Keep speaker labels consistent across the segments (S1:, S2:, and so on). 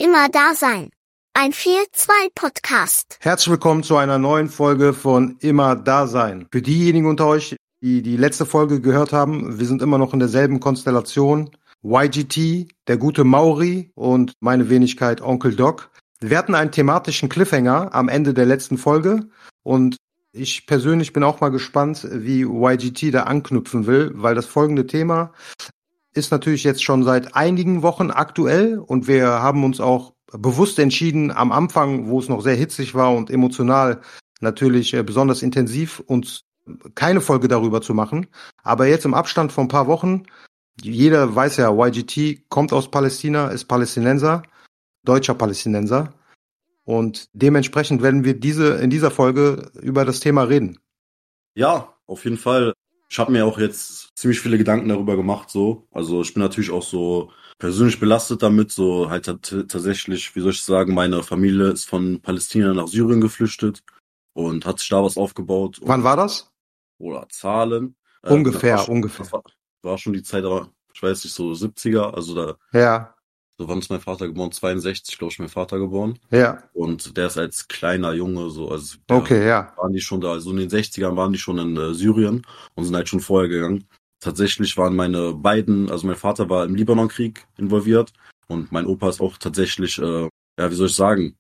S1: Immer da sein. Ein 4-2-Podcast.
S2: Herzlich willkommen zu einer neuen Folge von Immer da sein. Für diejenigen unter euch, die die letzte Folge gehört haben, wir sind immer noch in derselben Konstellation. YGT, der gute Mauri und meine Wenigkeit Onkel Doc. Wir hatten einen thematischen Cliffhanger am Ende der letzten Folge und ich persönlich bin auch mal gespannt, wie YGT da anknüpfen will, weil das folgende Thema ist natürlich jetzt schon seit einigen Wochen aktuell und wir haben uns auch bewusst entschieden, am Anfang, wo es noch sehr hitzig war und emotional natürlich besonders intensiv, uns keine Folge darüber zu machen. Aber jetzt im Abstand von ein paar Wochen, jeder weiß ja, YGT kommt aus Palästina, ist Palästinenser, deutscher Palästinenser. Und dementsprechend werden wir in dieser Folge über das Thema reden.
S3: Ja, auf jeden Fall. Ich habe mir auch jetzt ziemlich viele Gedanken darüber gemacht, so. Also ich bin natürlich auch so persönlich belastet damit, so halt tatsächlich, wie soll ich sagen, meine Familie ist von Palästina nach Syrien geflüchtet und hat sich da was aufgebaut.
S2: Wann war das?
S3: Oder Zahlen.
S2: Ungefähr.
S3: Das war schon die Zeit, ich weiß nicht, so 70er, also da.
S2: Ja.
S3: So, wann ist mein Vater geboren? 62, glaube ich, mein Vater geboren.
S2: Ja.
S3: Und der ist als kleiner Junge so, also
S2: okay, ja.
S3: Waren die schon da, also in den 60ern waren die schon in Syrien und sind halt schon vorher gegangen. Tatsächlich waren meine beiden, also mein Vater war im Libanonkrieg involviert und mein Opa ist auch tatsächlich, wie soll ich sagen,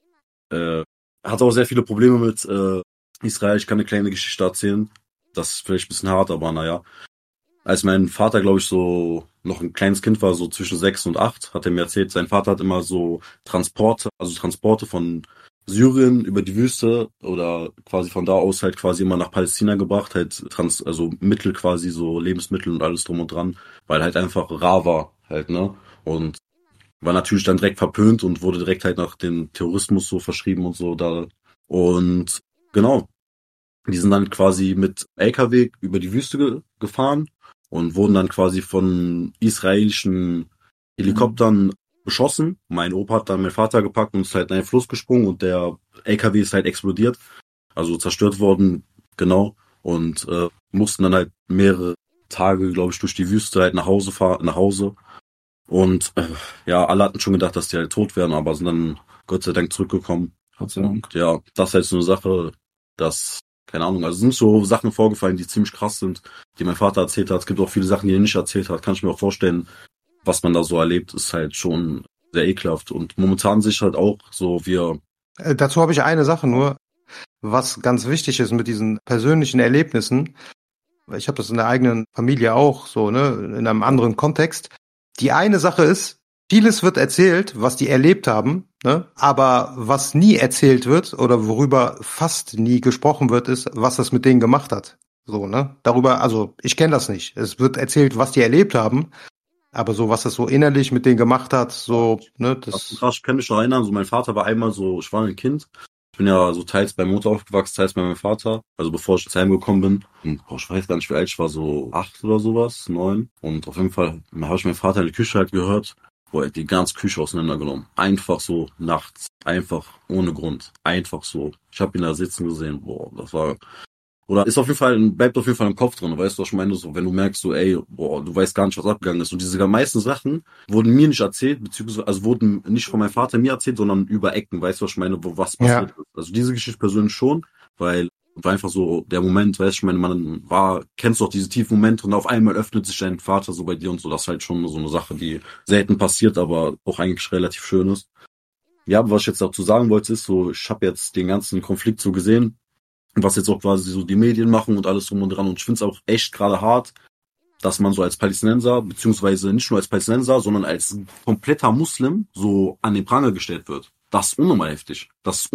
S3: hat auch sehr viele Probleme mit Israel. Ich kann eine kleine Geschichte erzählen. Das ist vielleicht ein bisschen hart, aber naja. Als mein Vater, glaube ich, so noch ein kleines Kind war, so zwischen 6 und 8, hat er mir erzählt, sein Vater hat immer so Transporte von Syrien über die Wüste oder quasi von da aus halt quasi immer nach Palästina gebracht, halt also Mittel quasi, so Lebensmittel und alles drum und dran, weil halt einfach rar war halt, ne? Und war natürlich dann direkt verpönt und wurde direkt halt nach dem Terrorismus so verschrieben und so da. Und genau, die sind dann quasi mit LKW über die Wüste gefahren und wurden dann quasi von israelischen Helikoptern beschossen. Mein Opa hat dann meinen Vater gepackt und ist halt in einen Fluss gesprungen und der LKW ist halt explodiert, also zerstört worden, genau. Und mussten dann halt mehrere Tage, glaube ich, durch die Wüste halt nach Hause fahren. Und alle hatten schon gedacht, dass die halt tot wären, aber sind dann Gott sei Dank zurückgekommen.
S2: Gott sei Dank.
S3: Und ja, das ist halt so eine Sache, dass keine Ahnung, also es sind so Sachen vorgefallen, die ziemlich krass sind, die mein Vater erzählt hat. Es gibt auch viele Sachen, die er nicht erzählt hat. Kann ich mir auch vorstellen, was man da so erlebt, ist halt schon sehr ekelhaft. Und momentan sich halt auch so,
S2: dazu habe ich eine Sache nur, was ganz wichtig ist mit diesen persönlichen Erlebnissen. Ich habe das in der eigenen Familie auch so, ne, in einem anderen Kontext. Die eine Sache ist, vieles wird erzählt, was die erlebt haben, ne? Aber was nie erzählt wird oder worüber fast nie gesprochen wird, ist, was das mit denen gemacht hat. So, ne? Darüber, also ich kenne das nicht. Es wird erzählt, was die erlebt haben, aber so, was das so innerlich mit denen gemacht hat, so, ne? Das
S3: krass, ich kann mich noch erinnern, so mein Vater war einmal so, ich war ein Kind. Ich bin ja so teils bei Mutter aufgewachsen, teils bei meinem Vater. Also bevor ich ins Heim gekommen bin. Und ich weiß gar nicht, wie alt ich war, so 8 oder sowas, 9. Und auf jeden Fall habe ich meinen Vater in der Küche halt gehört. Er hat die ganze Küche auseinandergenommen. Einfach so, nachts. Einfach, ohne Grund. Einfach so. Ich habe ihn da sitzen gesehen. Das war... Oder ist auf jeden Fall, bleibt auf jeden Fall im Kopf drin. Weißt du, was ich meine? So, wenn du merkst, so, ey, du weißt gar nicht, was abgegangen ist. Und diese meisten Sachen wurden mir nicht erzählt, beziehungsweise, also wurden nicht von meinem Vater mir erzählt, sondern über Ecken. Weißt du, was ich meine? Was passiert ist. Also diese Geschichte persönlich schon, weil war einfach so der Moment, weißt du, ich meine, man kennst du auch diese tiefen Momente und auf einmal öffnet sich dein Vater so bei dir und so. Das ist halt schon so eine Sache, die selten passiert, aber auch eigentlich relativ schön ist. Ja, aber was ich jetzt dazu sagen wollte, ist so, ich habe jetzt den ganzen Konflikt so gesehen, was jetzt auch quasi so die Medien machen und alles drum und dran. Und ich finde es auch echt gerade hart, dass man so als Palästinenser, beziehungsweise nicht nur als Palästinenser, sondern als kompletter Muslim so an den Pranger gestellt wird. Das ist unnormal heftig.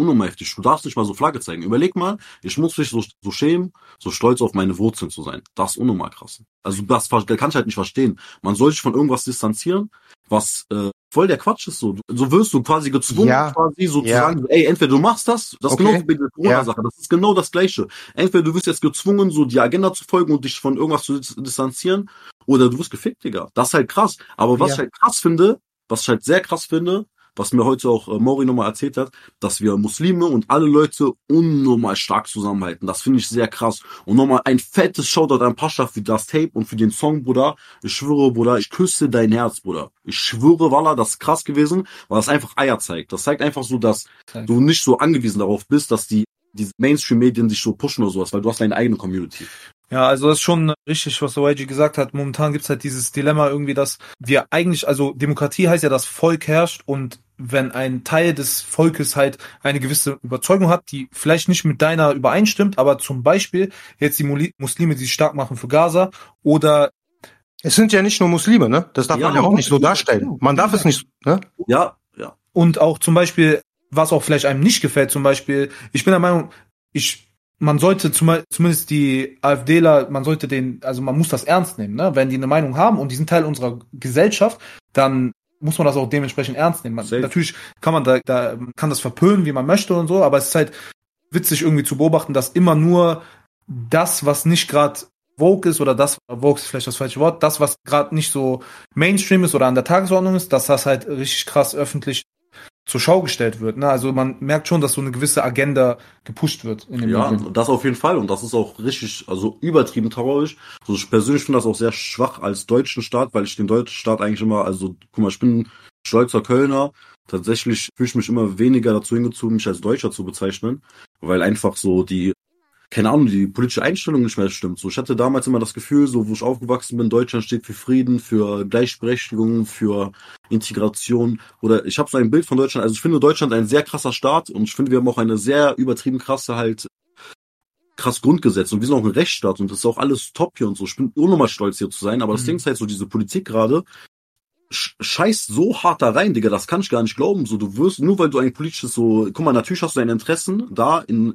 S3: Du darfst nicht mal so Flagge zeigen. Überleg mal, ich muss mich so schämen, so stolz auf meine Wurzeln zu sein. Das ist unnormal krass. Also das kann ich halt nicht verstehen. Man soll sich von irgendwas distanzieren, was voll der Quatsch ist. So wirst du quasi gezwungen, quasi so zu sagen, ey, entweder du machst das ist
S2: okay.
S3: genau wie bei der Corona-Sache, das ist genau das Gleiche. Entweder du wirst jetzt gezwungen, so die Agenda zu folgen und dich von irgendwas zu distanzieren, oder du wirst gefickt, Digga. Das ist halt krass. Aber was ich halt sehr krass finde, was mir heute auch Maury nochmal erzählt hat, dass wir Muslime und alle Leute unnormal stark zusammenhalten. Das finde ich sehr krass. Und nochmal ein fettes Shoutout an Pascha für das Tape und für den Song, Bruder. Ich schwöre, Bruder, ich küsse dein Herz, Bruder. Ich schwöre, Wallah, das ist krass gewesen, weil das einfach Eier zeigt. Das zeigt einfach so, dass du nicht so angewiesen darauf bist, dass diese Mainstream-Medien sich so pushen oder sowas, weil du hast deine eigene Community.
S4: Ja, also das ist schon richtig, was der YG gesagt hat. Momentan gibt's halt dieses Dilemma irgendwie, dass wir eigentlich, also Demokratie heißt ja, dass Volk herrscht, und wenn ein Teil des Volkes halt eine gewisse Überzeugung hat, die vielleicht nicht mit deiner übereinstimmt, aber zum Beispiel jetzt die Muslime, die sich stark machen für Gaza, oder
S2: es sind ja nicht nur Muslime, ne? Das darf man ja auch nicht so darstellen. Man darf es nicht, ne?
S3: Ja.
S4: Und auch zum Beispiel, was auch vielleicht einem nicht gefällt, zum Beispiel, ich bin der Meinung, man sollte zumindest die AfDler, man muss das ernst nehmen, ne? Wenn die eine Meinung haben und die sind Teil unserer Gesellschaft, dann muss man das auch dementsprechend ernst nehmen. Natürlich kann man da kann das verpönen, wie man möchte und so, aber es ist halt witzig irgendwie zu beobachten, dass immer nur das, was nicht gerade Vogue ist, oder Vogue ist vielleicht das falsche Wort, das, was gerade nicht so Mainstream ist oder an der Tagesordnung ist, dass das halt richtig krass öffentlich zur Schau gestellt wird. Ne? Also man merkt schon, dass so eine gewisse Agenda gepusht wird in den Medien.
S3: Ja, das auf jeden Fall. Und das ist auch richtig, also übertrieben traurig. Also ich persönlich finde das auch sehr schwach als deutschen Staat, weil ich den deutschen Staat eigentlich immer, also guck mal, ich bin stolzer Kölner. Tatsächlich fühle ich mich immer weniger dazu hingezogen, mich als Deutscher zu bezeichnen, weil einfach so die politische Einstellung nicht mehr stimmt. So, ich hatte damals immer das Gefühl, so, wo ich aufgewachsen bin, Deutschland steht für Frieden, für Gleichberechtigung, für Integration, oder ich habe so ein Bild von Deutschland, also ich finde Deutschland ein sehr krasser Staat, und ich finde, wir haben auch eine sehr übertrieben krass Grundgesetz, und wir sind auch ein Rechtsstaat, und das ist auch alles top hier und so. Ich bin unnormal stolz, hier zu sein, aber das Ding ist halt so, diese Politik gerade scheißt so hart da rein, Digga, das kann ich gar nicht glauben. So, du wirst, nur weil du ein politisches, so, guck mal, natürlich hast du deine Interessen da in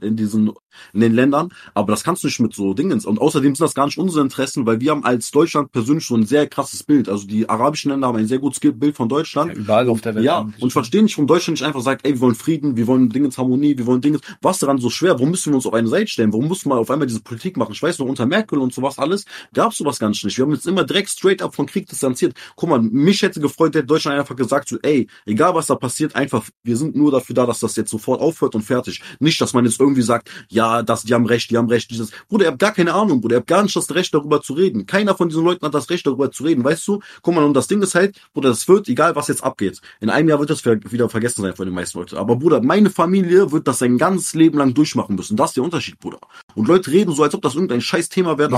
S3: den Ländern, aber das kannst du nicht mit so Dingen. Und außerdem sind das gar nicht unsere Interessen, weil wir haben als Deutschland persönlich so ein sehr krasses Bild. Also die arabischen Länder haben ein sehr gutes Bild von Deutschland.
S4: Ja, überall auf der Welt.
S3: Ja, und ich verstehe nicht, warum Deutschland nicht einfach sagt, ey, wir wollen Frieden, wir wollen Harmonie, wir wollen was daran so schwer? Warum müssen wir uns auf eine Seite stellen? Warum müssen wir auf einmal diese Politik machen? Ich weiß noch, unter Merkel und sowas alles gab's sowas gar nicht. Wir haben jetzt immer direkt straight up von Krieg distanziert. Guck mal, mich hätte gefreut, der Deutschland einfach gesagt, so, ey, egal was da passiert, einfach, wir sind nur dafür da, dass das jetzt sofort aufhört und fertig. Nicht, dass man jetzt irgendwie sagt, ja, die haben recht, dieses. Bruder, ihr habt gar keine Ahnung, Bruder, ihr habt gar nicht das Recht, darüber zu reden. Keiner von diesen Leuten hat das Recht, darüber zu reden, weißt du? Guck mal, und das Ding ist halt, Bruder, das wird, egal was jetzt abgeht, in einem Jahr wird das wieder vergessen sein von den meisten Leuten. Aber Bruder, meine Familie wird das sein ganzes Leben lang durchmachen müssen. Das ist der Unterschied, Bruder. Und Leute reden so, als ob das irgendein scheiß Thema wäre.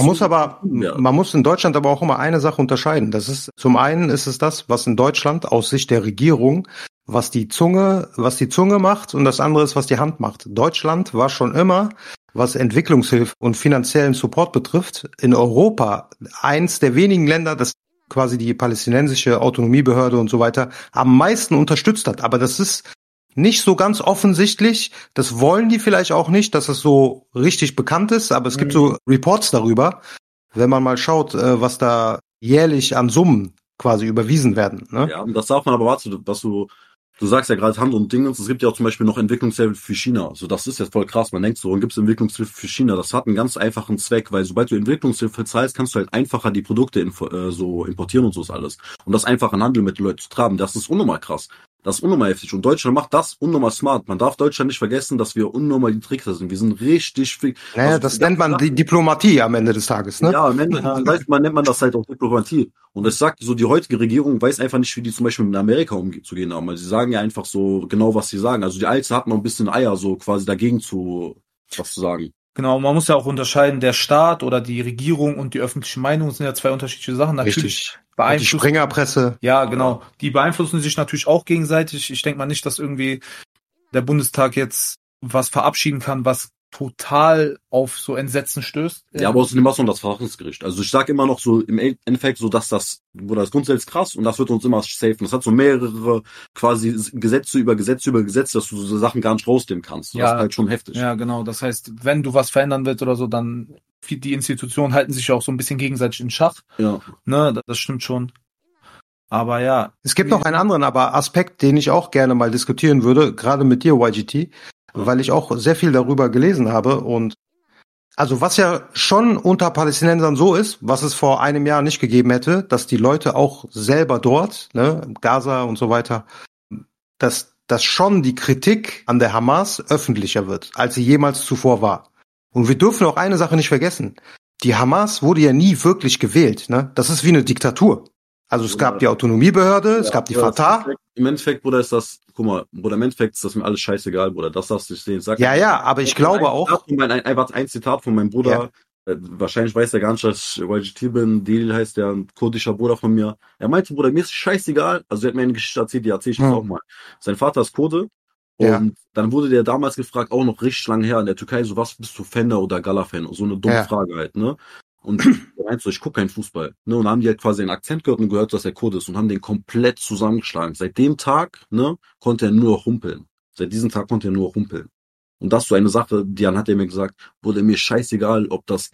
S2: Man muss in Deutschland aber auch immer eine Sache unterscheiden. Das ist, zum einen ist es das, was in Deutschland aus Sicht der Regierung, was die Zunge macht, und das andere ist, was die Hand macht. Deutschland war schon immer, was Entwicklungshilfe und finanziellen Support betrifft, in Europa eins der wenigen Länder, das quasi die palästinensische Autonomiebehörde und so weiter am meisten unterstützt hat. Aber das ist nicht so ganz offensichtlich. Das wollen die vielleicht auch nicht, dass es so richtig bekannt ist. Aber es gibt so Reports darüber, wenn man mal schaut, was da jährlich an Summen quasi überwiesen werden. Ne?
S3: Ja, und das darf man aber, warte, was du sagst ja gerade Hand und Dingens, es gibt ja auch zum Beispiel noch Entwicklungshilfe für China. So, das ist jetzt voll krass. Man denkt so, und gibt's Entwicklungshilfe für China? Das hat einen ganz einfachen Zweck, weil sobald du Entwicklungshilfe zahlst, kannst du halt einfacher die Produkte so importieren und so ist alles. Und das einfach in Handel mit den Leuten zu treiben, das ist unnormal krass. Das ist unnormal heftig. Und Deutschland macht das unnormal smart. Man darf Deutschland nicht vergessen, dass wir unnormal die Trickser sind. Wir sind richtig viel.
S2: Naja, also, das nennt man die Diplomatie am Ende des Tages, ne?
S3: Ja, am Ende, man nennt man das halt auch Diplomatie. Und ich sag so, die heutige Regierung weiß einfach nicht, wie die zum Beispiel mit Amerika umzugehen haben. Also sie sagen ja einfach so genau, was sie sagen. Also die Alte hat noch ein bisschen Eier, so quasi dagegen was zu sagen.
S4: Genau, man muss ja auch unterscheiden, der Staat oder die Regierung und die öffentliche Meinung sind ja zwei unterschiedliche Sachen. Natürlich
S2: die Springerpresse.
S4: Ja, genau. Die beeinflussen sich natürlich auch gegenseitig. Ich denke mal nicht, dass irgendwie der Bundestag jetzt was verabschieden kann, was total auf so Entsetzen stößt.
S3: Ja, aber außerdem hast du das Verfassungsgericht. Also ich sag immer noch so im Endeffekt so, dass das grundsätzlich krass und das wird uns immer safen. Das hat so mehrere quasi Gesetze über Gesetze, dass du so Sachen gar nicht rausnehmen kannst.
S4: Ja,
S3: das ist halt schon heftig.
S4: Ja, genau. Das heißt, wenn du was verändern willst oder so, dann die Institutionen halten sich ja auch so ein bisschen gegenseitig in Schach.
S3: Ja.
S4: Ne, das stimmt schon. Aber ja.
S2: Es gibt noch einen anderen Aspekt, den ich auch gerne mal diskutieren würde, gerade mit dir, YGT. Weil ich auch sehr viel darüber gelesen habe und also was ja schon unter Palästinensern so ist, was es vor einem Jahr nicht gegeben hätte, dass die Leute auch selber dort, ne, Gaza und so weiter, dass schon die Kritik an der Hamas öffentlicher wird, als sie jemals zuvor war. Und wir dürfen auch eine Sache nicht vergessen. Die Hamas wurde ja nie wirklich gewählt, ne? Das ist wie eine Diktatur. Also es gab die Autonomiebehörde, es gab die Fatah.
S3: Im Endeffekt, Bruder, ist das, guck mal, Bruder, im Endeffekt ist das mir alles scheißegal, Bruder. Das darfst du nicht sehen.
S2: Ja, aber ich glaube auch.
S3: Einfach ein Zitat von meinem Bruder. Ja. Wahrscheinlich weiß er gar nicht, dass ich YGT bin. Delil heißt der, ein kurdischer Bruder von mir. Er meinte, Bruder, mir ist scheißegal. Also er hat mir eine Geschichte erzählt, die erzähle ich jetzt auch mal. Sein Vater ist Kurde. Und dann wurde der damals gefragt, auch noch richtig lange her in der Türkei, so was bist du, Fender oder Gala-Fan? So eine dumme Frage halt, ne? Und er meinte so, ich gucke keinen Fußball. Ne? Und dann haben die halt quasi einen Akzent gehört und gehört, dass er Kurde ist und haben den komplett zusammengeschlagen. Seit dem Tag, ne, konnte er nur noch humpeln. Seit diesem Tag konnte er nur noch humpeln. Und das ist so eine Sache, dann hat er mir gesagt, Bruder, mir ist scheißegal, ob das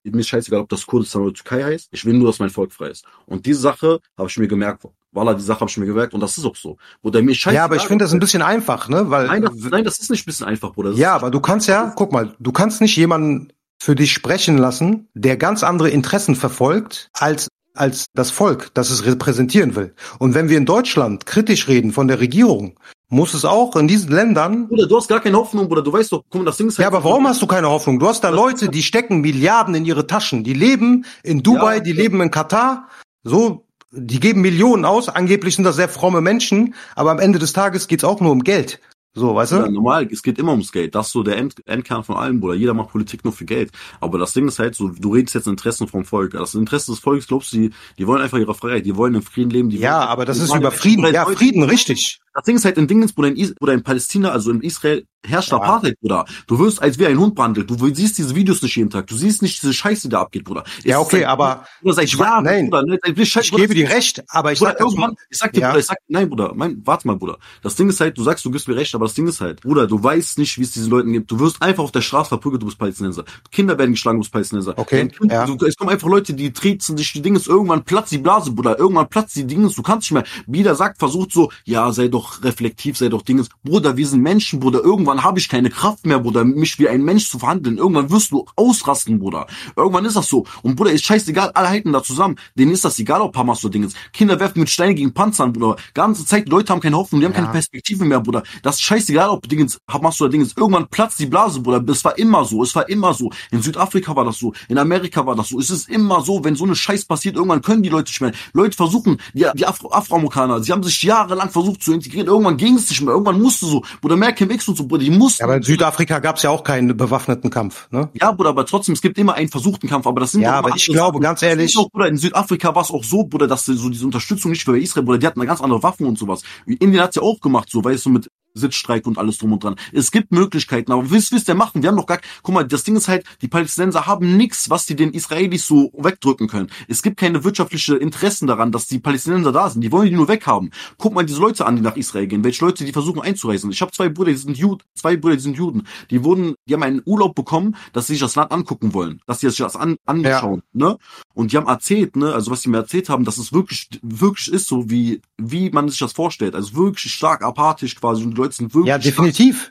S3: Kurdistan oder Türkei heißt. Ich will nur, dass mein Volk frei ist. Und diese Sache habe ich mir gemerkt. Voilà, die Sache habe ich mir gemerkt und das ist auch so. Bruder, mir ist scheißegal.
S2: Ja, aber ich finde das ein bisschen einfach, ne? Weil
S3: Nein, das ist nicht ein bisschen einfach, Bruder.
S2: Ja, aber du kannst guck mal, du kannst nicht jemanden für dich sprechen lassen, der ganz andere Interessen verfolgt, als das Volk, das es repräsentieren will. Und wenn wir in Deutschland kritisch reden von der Regierung, muss es auch in diesen Ländern...
S3: Bruder, du hast gar keine Hoffnung, Bruder, du weißt doch, guck mal, das Ding ist halt...
S2: Ja, aber warum hast du keine Hoffnung? Du hast da Leute, die stecken Milliarden in ihre Taschen, die leben in Dubai, die leben in Katar, so, die geben Millionen aus, angeblich sind das sehr fromme Menschen, aber am Ende des Tages geht's auch nur um Geld. So, weißt du?
S3: Ja, normal, es geht immer ums Geld. Das ist so der Endkern von allem, Bruder. Jeder macht Politik nur für Geld. Aber das Ding ist halt so, du redest jetzt Interessen vom Volk. Das Interesse des Volkes, glaubst du, die wollen einfach ihre Freiheit, die wollen im Frieden leben.
S2: Aber das ist über Frieden. Ja, Frieden, richtig.
S3: Das Ding ist halt in Dingens, Bruder, in Palästina, also in Israel, herrscht Apartheid, Bruder. Du wirst als wie ein Hund behandelt. Du siehst diese Videos nicht jeden Tag. Du siehst nicht diese Scheiße, die da abgeht, Bruder.
S2: Ja, okay, aber
S3: seit Jahren,
S2: nein,
S3: Bruder, ne?
S2: Ich gebe dir recht, aber ich
S3: sag dir, nein, Bruder, warte mal, Bruder. Das Ding ist halt, du sagst, du gibst mir recht, aber das Ding ist halt, Bruder, du weißt nicht, wie es diesen Leuten gibt. Du wirst einfach auf der Straße verprügelt, du bist Palästinenser. Kinder werden geschlagen, du bist Palästinenser.
S2: Okay,
S3: es kommen einfach Leute, die treten sich die Dinges, irgendwann platzt die Blase, Bruder, irgendwann platzt die Dinges, du kannst nicht mehr. Wieder versucht so, ja, sei doch reflektiv, sei doch Dinges. Bruder, wir sind Menschen, Bruder, irgendwann habe ich keine Kraft mehr, Bruder, mich wie ein Mensch zu verhandeln. Irgendwann wirst du ausrasten, Bruder. Irgendwann ist das so. Und Bruder, ist scheißegal, alle halten da zusammen. Denen ist das egal, ob Hamas so Dinges. Kinder werfen mit Steinen gegen Panzer an, Bruder. Ganze Zeit, Leute haben keine Hoffnung, die haben keine Perspektive mehr, Bruder. Das ist scheißegal, ob Dingens Hamas oder Dingens. Irgendwann platzt die Blase, Bruder. Es war immer so. In Südafrika war das so. In Amerika war das so. Es ist immer so, wenn so eine Scheiß passiert, irgendwann können die Leute nicht mehr. Leute versuchen, die Afroamerikaner, sie haben sich jahrelang versucht zu integrieren. Irgendwann ging es nicht mehr. Irgendwann musste so. Bruder, Malcolm X und so, Bruder, die mussten.
S2: Ja, aber in Südafrika gab es ja auch keinen bewaffneten Kampf, ne?
S3: Ja, Bruder, aber trotzdem, es gibt immer einen versuchten Kampf, aber das sind
S2: ja, aber ich glaube, ganz ehrlich.
S3: Auch, Bruder, in Südafrika war es auch so, Bruder, dass so diese Unterstützung nicht für Israel, Bruder, die hatten da ganz andere Waffen und sowas. Indien hat's ja auch gemacht, so, weißt du, mit Sitzstreik und alles drum und dran. Es gibt Möglichkeiten, aber wisst ihr machen? Wir haben doch guck mal, das Ding ist halt, die Palästinenser haben nichts, was die den Israelis so wegdrücken können. Es gibt keine wirtschaftliche Interessen daran, dass die Palästinenser da sind. Die wollen die nur weghaben. Guck mal diese Leute an, die nach Israel gehen. Welche Leute, die versuchen einzureisen. Ich habe zwei Brüder, die sind Juden. Die haben einen Urlaub bekommen, dass sie sich das Land angucken wollen. Dass sie sich das anschauen, ne? Und die haben erzählt, ne, also was sie mir erzählt haben, dass es wirklich ist so, wie man sich das vorstellt. Also wirklich stark apathisch quasi. Und die Leute sind wirklich
S2: ja, definitiv,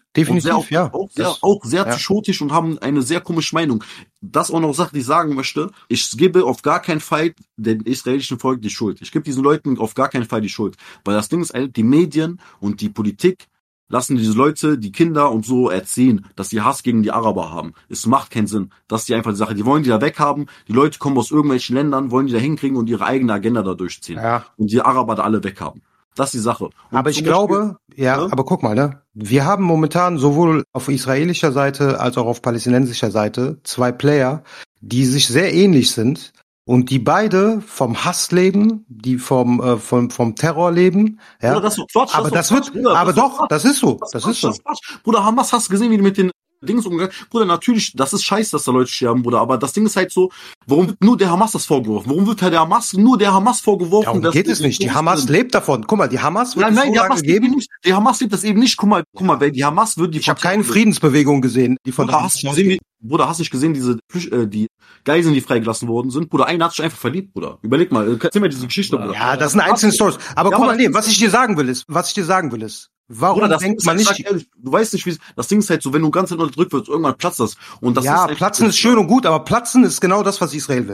S3: auch sehr psychotisch und haben eine sehr komische Meinung. Das auch noch eine Sache, die ich sagen möchte. Ich gebe auf gar keinen Fall dem israelischen Volk die Schuld. Ich gebe diesen Leuten auf gar keinen Fall die Schuld. Weil das Ding ist, die Medien und die Politik lassen diese Leute, die Kinder und so erziehen, dass sie Hass gegen die Araber haben. Es macht keinen Sinn. Das ist die einfache Sache. Die wollen die da weghaben. Die Leute kommen aus irgendwelchen Ländern, wollen die da hinkriegen und ihre eigene Agenda da durchziehen. Ja. Und die Araber da alle weghaben. Das ist die Sache. Und
S2: aber ich glaube, aber guck mal, ne? Wir haben momentan sowohl auf israelischer Seite als auch auf palästinensischer Seite zwei Player, die sich sehr ähnlich sind und die beide vom Hass leben, die vom Terror leben. Ja.
S3: Bruder, das ist Quatsch.
S2: Aber das ist so. Das ist so.
S3: Bruder, Hamas, hast du gesehen, wie die mit den Dings umgegangen? Bruder, natürlich, das ist scheiße, dass da Leute sterben, Bruder, aber das Ding ist halt so, warum wird nur der Hamas das vorgeworfen? Warum wird halt nur der Hamas vorgeworfen?
S2: Darum geht es nicht. Die Hamas lebt davon. Guck mal, die Hamas wird
S3: nein, die Hamas geben. Die Hamas lebt das eben nicht. Guck mal, weil die Hamas wird die.
S2: Ich habe keine Friedensbewegung gesehen, die von
S3: Bruder, hast nicht gesehen, die Geiseln, die freigelassen worden sind? Bruder, einer hat sich einfach verliebt, Bruder. Überleg mal, erzähl mir diese Geschichte, Bruder.
S2: Ja, das sind einzelne Stories. Aber guck mal, was ich dir sagen will ist, warum
S3: Bruder,
S2: denkt man nicht...
S3: Ehrlich, du weißt nicht, wie das Ding ist halt so, wenn du ganz unterdrückt wirst, irgendwann platzt das. Und das
S2: ja,
S3: ist
S2: platzen ist schön und gut, aber platzen ist genau das, was Israel will.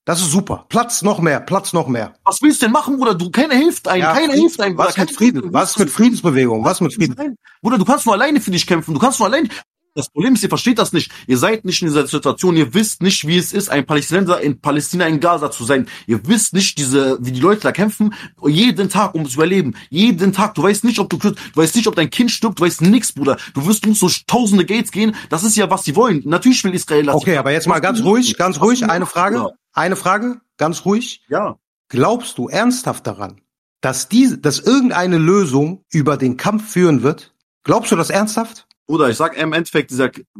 S2: Das ist super. Platz noch mehr.
S3: Was willst du denn machen, Bruder? Keiner hilft einem.
S2: Ja,
S3: Keiner hilft einem.
S2: Was mit Frieden? Was mit Friedensbewegung? Was mit Frieden?
S3: Bruder, du kannst nur alleine für dich kämpfen. Das Problem ist, ihr versteht das nicht. Ihr seid nicht in dieser Situation. Ihr wisst nicht, wie es ist, ein Palästinenser in Palästina, in Gaza zu sein. Ihr wisst nicht, wie die Leute da kämpfen, jeden Tag, um zu überleben. Jeden Tag. Du weißt nicht, ob dein Kind stirbt. Du weißt nichts, Bruder. Du musst so tausende Gates gehen. Das ist ja, was die wollen. Natürlich will Israel das.
S2: Okay, aber jetzt mal ganz ruhig. Eine Frage, ganz ruhig.
S3: Ja.
S2: Glaubst du ernsthaft daran, dass irgendeine Lösung über den Kampf führen wird? Glaubst du das ernsthaft?
S3: Bruder, ich sag im Endeffekt,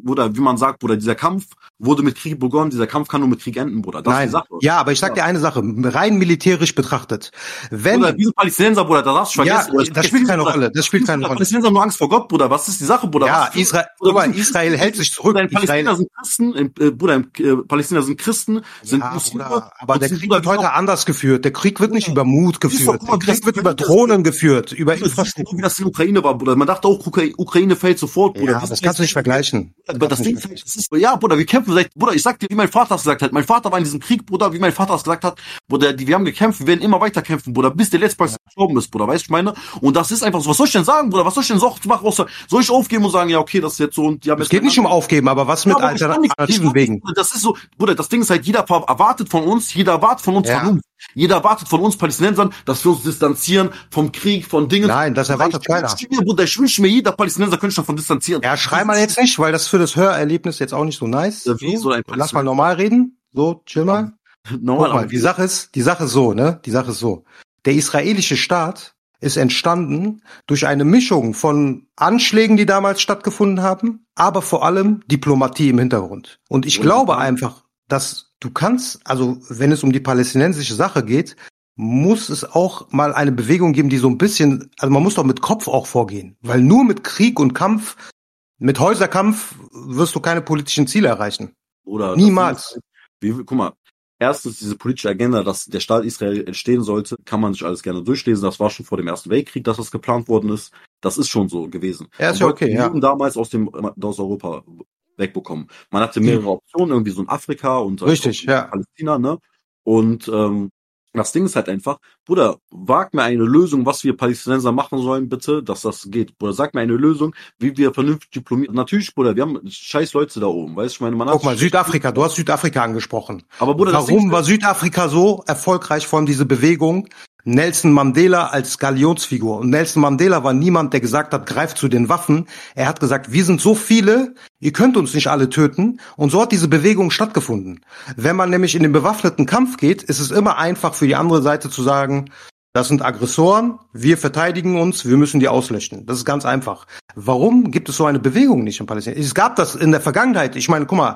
S3: dieser Kampf wurde mit Krieg begonnen, dieser Kampf kann nur mit Krieg enden, Bruder. Das ist die Sache.
S2: Ja, aber ich sag dir eine Sache, rein militärisch betrachtet.
S3: Bruder, diese Palästinenser, Bruder, da darfst du vergessen.
S2: Ja, das spielt keine Rolle.
S3: Palästinenser haben nur Angst vor Gott, Bruder. Was ist die Sache, Bruder?
S2: Ja, Israel hält sich zurück.
S3: Palästinenser sind Christen, Palästinenser sind Christen, sind
S2: Muslime. Aber der Krieg wird heute anders geführt. Der Krieg wird nicht über Mut geführt. Der Krieg wird über Drohnen geführt, über Infrastruktur.
S3: Wie das in der Ukraine war, Bruder. Man dachte auch, Ukraine fällt sofort, Bruder.
S2: Ja, das kannst du nicht vergleichen.
S3: Aber das Ding ist, ja, Bruder, wir kämpfen Bruder, ich sag dir, wie mein Vater es gesagt hat. Mein Vater war in diesem Krieg, Bruder, wie mein Vater es gesagt hat. Bruder, wir haben gekämpft, wir werden immer weiter kämpfen, Bruder, bis der letzte Palästinenser gestorben ist, Bruder, weißt du, ich meine? Und das ist einfach so. Was soll ich denn sagen, Bruder? Was soll ich denn so machen? Soll ich aufgeben und sagen, ja, okay, das ist jetzt so und die haben.
S2: Es geht nicht um Aufgeben, aber was mit alternativen Wegen?
S3: Das ist so, Bruder, das Ding ist halt, jeder erwartet von uns Vernunft. Jeder erwartet von uns Palästinensern, dass wir uns distanzieren vom Krieg, von Dingen.
S2: Nein, das erwartet keiner.
S3: Ich wünsche mir, jeder Palästinenser könnte sich davon distanzieren.
S2: Ja, schrei mal jetzt nicht, weil das für das Hörerlebnis jetzt auch nicht so nice. Lass mal normal reden. So, chill mal. Normal. Die Sache ist so, ne? Die Sache ist so. Der israelische Staat ist entstanden durch eine Mischung von Anschlägen, die damals stattgefunden haben, aber vor allem Diplomatie im Hintergrund. Und ich glaube einfach, dass du kannst, also wenn es um die palästinensische Sache geht, muss es auch mal eine Bewegung geben, die so ein bisschen, also man muss doch mit Kopf auch vorgehen, weil nur mit Krieg und Kampf, mit Häuserkampf wirst du keine politischen Ziele erreichen.
S3: Oder
S2: niemals.
S3: Guck mal, erstens diese politische Agenda, dass der Staat Israel entstehen sollte, kann man sich alles gerne durchlesen. Das war schon vor dem Ersten Weltkrieg, dass das geplant worden ist. Das ist schon so gewesen.
S2: Ja, ist ja okay, ja.
S3: Damals aus Europa wegbekommen. Man hatte mehrere Optionen, irgendwie so in Afrika und
S2: richtig, ja.
S3: Palästina, ne? Und das Ding ist halt einfach, Bruder, wag mir eine Lösung, was wir Palästinenser machen sollen, bitte, dass das geht. Bruder, sag mir eine Lösung, wie wir vernünftig diplomieren. Natürlich, Bruder, wir haben scheiß Leute da oben, weißt du, ich meine,
S2: Guck mal, Südafrika, du hast Südafrika angesprochen.
S3: Aber Bruder,
S2: warum war Südafrika so erfolgreich, vor allem diese Bewegung? Nelson Mandela als Galionsfigur. Und Nelson Mandela war niemand, der gesagt hat, greift zu den Waffen. Er hat gesagt, wir sind so viele, ihr könnt uns nicht alle töten. Und so hat diese Bewegung stattgefunden. Wenn man nämlich in den bewaffneten Kampf geht, ist es immer einfach für die andere Seite zu sagen, das sind Aggressoren, wir verteidigen uns, wir müssen die auslöschen. Das ist ganz einfach. Warum gibt es so eine Bewegung nicht in Palästina? Es gab das in der Vergangenheit. Ich meine, guck mal,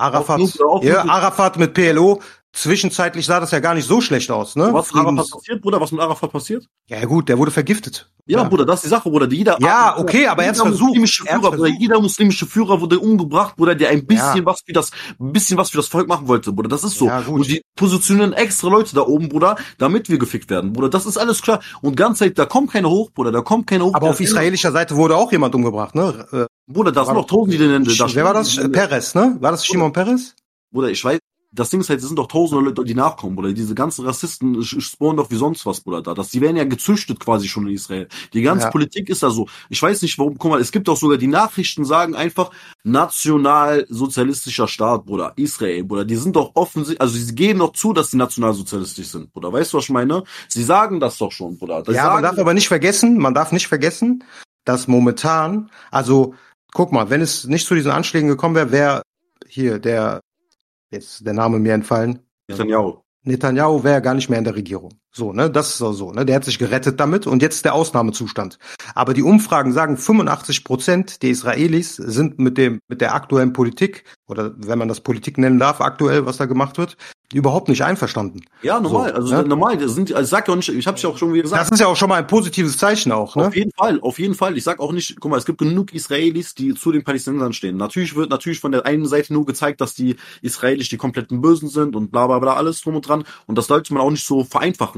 S2: Arafat mit PLO, zwischenzeitlich sah das ja gar nicht so schlecht aus, ne?
S3: Was mit Arafat passiert, Bruder? Was mit Arafat passiert?
S2: Ja gut, der wurde vergiftet.
S3: Ja, Bruder, das ist die Sache, Bruder.
S2: Okay, aber er hat versucht.
S3: Jeder muslimische Führer wurde umgebracht, Bruder, der ein bisschen was für das Volk machen wollte, Bruder. Das ist so.
S2: Ja, gut.
S3: Und die positionieren extra Leute da oben, Bruder, damit wir gefickt werden, Bruder. Das ist alles klar. Und ganz Zeit, da kommt keine hoch, Bruder,
S2: Aber auf israelischer Seite wurde auch jemand umgebracht, ne?
S3: Bruder, da sind noch Tausende, die nennen.
S2: Wer war das? Peres, ne? War das Shimon Peres?
S3: Bruder, ich weiß. Das Ding ist halt, es sind doch tausende Leute, die nachkommen, Bruder. Diese ganzen Rassisten spawnen doch wie sonst was, Bruder, da. Die werden ja gezüchtet quasi schon in Israel. Die ganze Politik ist da so. Ich weiß nicht, warum, guck mal, es gibt auch sogar, die Nachrichten sagen einfach, nationalsozialistischer Staat, Bruder. Israel, Bruder. Die sind doch offensichtlich, also sie geben doch zu, dass sie nationalsozialistisch sind, Bruder. Weißt du, was ich meine? Sie sagen das doch schon, Bruder.
S2: Man darf aber nicht vergessen, dass momentan, also, guck mal, wenn es nicht zu diesen Anschlägen gekommen wäre hier jetzt der Name mir entfallen. Netanyahu wäre gar nicht mehr in der Regierung. So, ne, das ist auch so, ne, der hat sich gerettet damit und jetzt ist der Ausnahmezustand. Aber die Umfragen sagen, 85% der Israelis sind mit der aktuellen Politik, oder wenn man das Politik nennen darf, aktuell, was da gemacht wird, überhaupt nicht einverstanden.
S3: Ja, normal,
S2: so, ne?
S3: Normal, ich sag ja auch nicht, ich hab's ja auch schon wieder gesagt.
S2: Das ist ja auch schon mal ein positives Zeichen auch, ne?
S3: Auf jeden Fall. Ich sag auch nicht, guck mal, es gibt genug Israelis, die zu den Palästinensern stehen. Natürlich wird von der einen Seite nur gezeigt, dass die Israelis die kompletten Bösen sind und bla bla bla, alles drum und dran. Und das sollte man auch nicht so vereinfachen.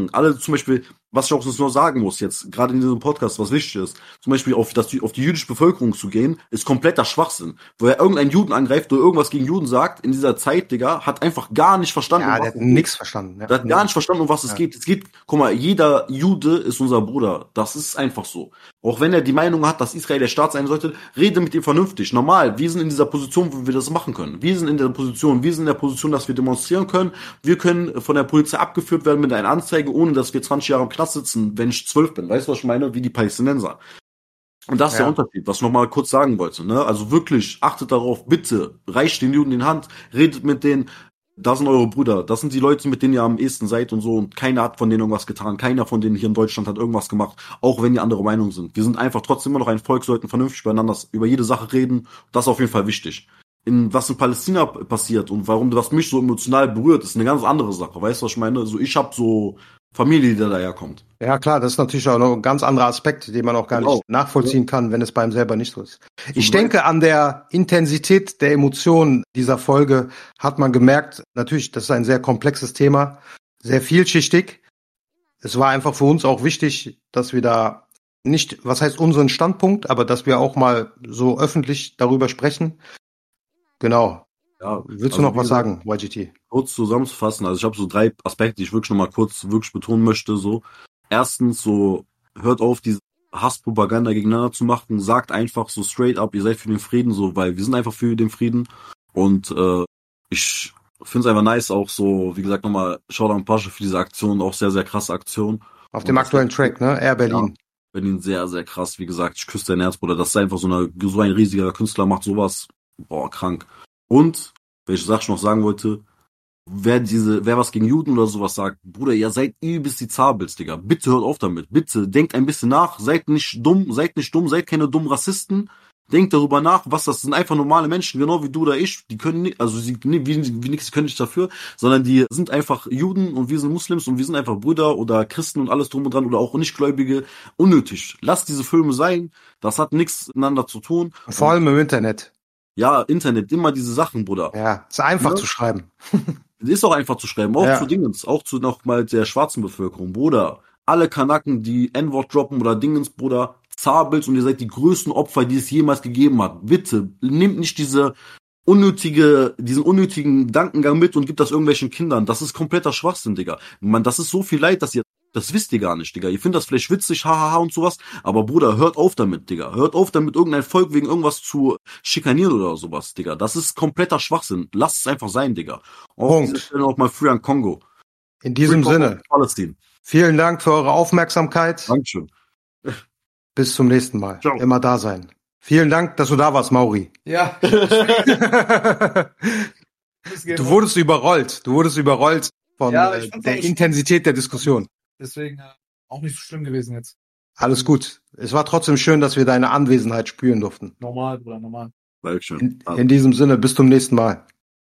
S3: Sachen, alle zum Beispiel, was ich auch nur sagen muss jetzt, gerade in diesem Podcast, was wichtig ist, zum Beispiel auf die jüdische Bevölkerung zu gehen, ist kompletter Schwachsinn. Wo er irgendeinen Juden angreift oder irgendwas gegen Juden sagt, in dieser Zeit, Digga, hat einfach gar nicht verstanden,
S2: Ja, der hat nichts verstanden. Ja.
S3: Der hat gar nicht verstanden, um was es geht. Es geht, guck mal, jeder Jude ist unser Bruder. Das ist einfach so. Auch wenn er die Meinung hat, dass Israel der Staat sein sollte, rede mit ihm vernünftig. Normal, wir sind in dieser Position, wo wir das machen können. Wir sind in der Position, dass wir demonstrieren können. Wir können von der Polizei abgeführt werden mit einer Anzeige, ohne dass wir 20 Jahre im Knast sitzen, wenn ich 12 bin. Weißt du, was ich meine? Wie die Palästinenser. Und das ist der Unterschied, was ich nochmal kurz sagen wollte. Ne? Also wirklich, achtet darauf, bitte, reicht den Juden die Hand, redet mit denen. Das sind eure Brüder. Das sind die Leute, mit denen ihr am ehesten seid und so. Und keiner hat von denen irgendwas getan. Keiner von denen hier in Deutschland hat irgendwas gemacht. Auch wenn die andere Meinung sind. Wir sind einfach trotzdem immer noch ein Volk, sollten vernünftig beieinander über jede Sache reden. Das ist auf jeden Fall wichtig. Was in Palästina passiert und warum das mich so emotional berührt, ist eine ganz andere Sache. Weißt du, was ich meine? Also ich habe so Familie, die da daherkommt.
S2: Ja, klar, das ist natürlich auch noch ein ganz anderer Aspekt, den man auch gar nicht nachvollziehen kann, wenn es bei einem selber nicht so ist. Ich denke, an der Intensität der Emotionen dieser Folge hat man gemerkt, natürlich, das ist ein sehr komplexes Thema, sehr vielschichtig. Es war einfach für uns auch wichtig, dass wir da nicht, was heißt unseren Standpunkt, aber dass wir auch mal so öffentlich darüber sprechen. Genau.
S3: Ja,
S2: Willst du noch was sagen, YGT?
S3: Kurz zusammenzufassen, also ich habe so 3 Aspekte, die ich wirklich nochmal kurz wirklich betonen möchte. So, erstens, so hört auf, diese Hasspropaganda gegeneinander zu machen, sagt einfach so straight up, ihr seid für den Frieden, so, weil wir sind einfach für den Frieden. Und ich finde es einfach nice, auch so, wie gesagt, nochmal Shoutout an Pasche für diese Aktion, auch sehr, sehr krasse Aktion.
S2: Auf dem aktuellen Track, ne? Air Berlin.
S3: Ja, Berlin sehr, sehr krass, wie gesagt, ich küsse dein Herz, Bruder, das ist einfach so ein riesiger Künstler macht sowas, boah, krank. Und, welche Sache ich noch sagen wollte, wer was gegen Juden oder sowas sagt, Bruder, ihr seid übelst die Zabels, Digga. Bitte hört auf damit. Bitte denkt ein bisschen nach. Seid nicht dumm, seid keine dummen Rassisten. Denkt darüber nach, was das sind einfach normale Menschen, genau wie du oder ich. Die können nicht, also sie können nicht dafür, sondern die sind einfach Juden und wir sind Muslims und wir sind einfach Brüder oder Christen und alles drum und dran oder auch Nichtgläubige. Unnötig. Lasst diese Filme sein. Das hat nichts miteinander zu tun.
S2: Vor allem im Internet.
S3: Ja, Internet, immer diese Sachen, Bruder.
S2: Ja, ist einfach zu schreiben.
S3: Ist auch einfach zu schreiben, auch zu Dingens, auch zu nochmal der schwarzen Bevölkerung, Bruder. Alle Kanaken, die N-Wort droppen oder Dingens, Bruder, Zabels und ihr seid die größten Opfer, die es jemals gegeben hat. Bitte, nehmt nicht diesen unnötigen Gedankengang mit und gibt das irgendwelchen Kindern. Das ist kompletter Schwachsinn, Digga. Das ist so viel Leid, das wisst ihr gar nicht, Digga. Ihr findet das vielleicht witzig, hahaha und sowas, aber Bruder, hört auf damit, Digga. Hört auf damit, irgendein Volk wegen irgendwas zu schikanieren oder sowas, Digga. Das ist kompletter Schwachsinn. Lasst es einfach sein, Digga. Auf dieser Stelle auch mal Free an Kongo.
S2: In diesem Sinne, vielen Dank für eure Aufmerksamkeit.
S3: Dankeschön.
S2: Bis zum nächsten Mal.
S3: Ciao.
S2: Immer da sein. Vielen Dank, dass du da warst, Mauri.
S4: Ja.
S2: Du wurdest überrollt. Von der Intensität der Diskussion.
S4: Deswegen auch nicht so schlimm gewesen jetzt.
S2: Alles gut. Es war trotzdem schön, dass wir deine Anwesenheit spüren durften.
S4: Normal, Bruder, normal.
S3: Dankeschön.
S2: In diesem Sinne, bis zum nächsten Mal.